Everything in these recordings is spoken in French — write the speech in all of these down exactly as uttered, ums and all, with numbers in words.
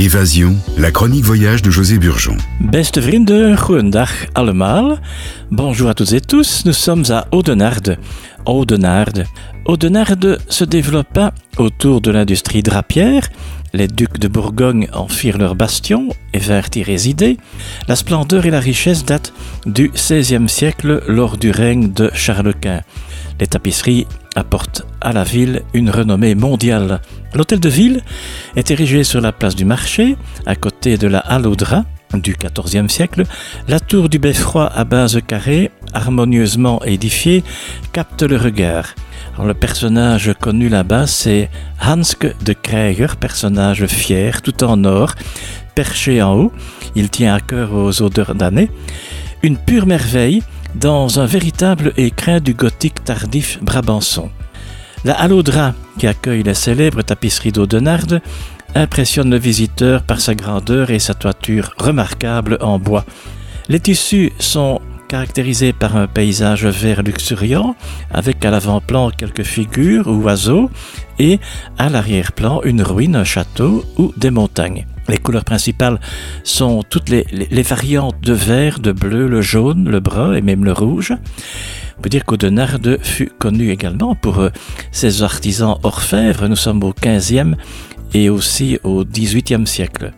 Évasion, la chronique voyage de José Burgeon. Beste vrienden, goedendag allemaal. Bonjour à toutes et tous, nous sommes à Oudenaarde. Oudenaarde. Oudenaarde se développa autour de l'industrie drapière. Les ducs de Bourgogne en firent leur bastion et vinrent y résider. La splendeur et la richesse datent du seizième siècle lors du règne de Charles Quint. Les tapisseries apportent à la ville une renommée mondiale. L'hôtel de ville est érigé sur la place du marché, à côté de la halle aux draps du quatorzième siècle. La tour du beffroi à base carrée, harmonieusement édifiée, capte le regard. Alors, le personnage connu là-bas, c'est Hanske de Krijger, personnage fier, tout en or, perché en haut. Il tient à cœur aux odeurs d'année. Une pure merveille dans un véritable écrin du gothique tardif brabançon. La halle aux draps, qui accueille les célèbres tapisseries d'Oudenaarde, impressionne le visiteur par sa grandeur et sa toiture remarquable en bois. Les tissus sont caractérisés par un paysage vert luxuriant, avec à l'avant-plan quelques figures ou oiseaux, et à l'arrière-plan une ruine, un château ou des montagnes. Les couleurs principales sont toutes les, les, les variantes de vert, de bleu, le jaune, le brun et même le rouge. On peut dire qu'Oudenaarde fut connu également pour euh, ses artisans orfèvres. Nous sommes au quinzième et aussi au dix-huitième siècle.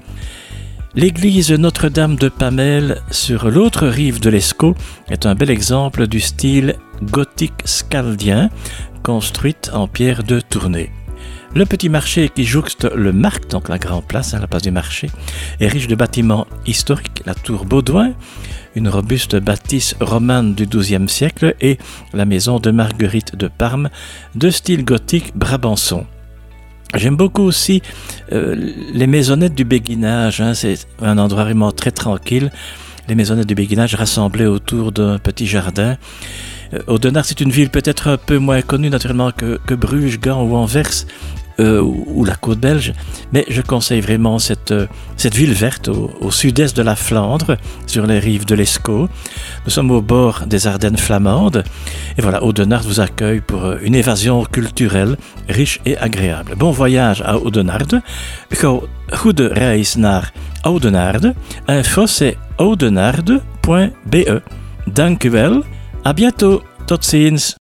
L'église Notre-Dame de Pamel, sur l'autre rive de l'Escaut, est un bel exemple du style gothique scaldien, construite en pierre de Tournai. Le petit marché qui jouxte le Markt, donc la grande place, hein, la place du marché, est riche de bâtiments historiques. La tour Baudouin, une robuste bâtisse romane du douzième siècle, et la maison de Marguerite de Parme, de style gothique brabançon. J'aime beaucoup aussi euh, les maisonnettes du béguinage, hein, c'est un endroit vraiment très tranquille. Les maisonnettes du béguinage rassemblées autour d'un petit jardin. Euh, Oudenaarde, c'est une ville peut-être un peu moins connue naturellement que, que Bruges, Gand ou Anvers, euh, ou, ou la côte belge, mais je conseille vraiment cette, euh, cette ville verte au, au sud-est de la Flandre, sur les rives de l'Escaut. Nous sommes au bord des Ardennes flamandes, et voilà, Oudenaarde vous accueille pour une évasion culturelle riche et agréable. Bon voyage à Oudenaarde. Gauw goede reis naar Oudenaarde. Info c'est oudenaarde punt b e. Dank u wel. À bientôt. Tot ziens.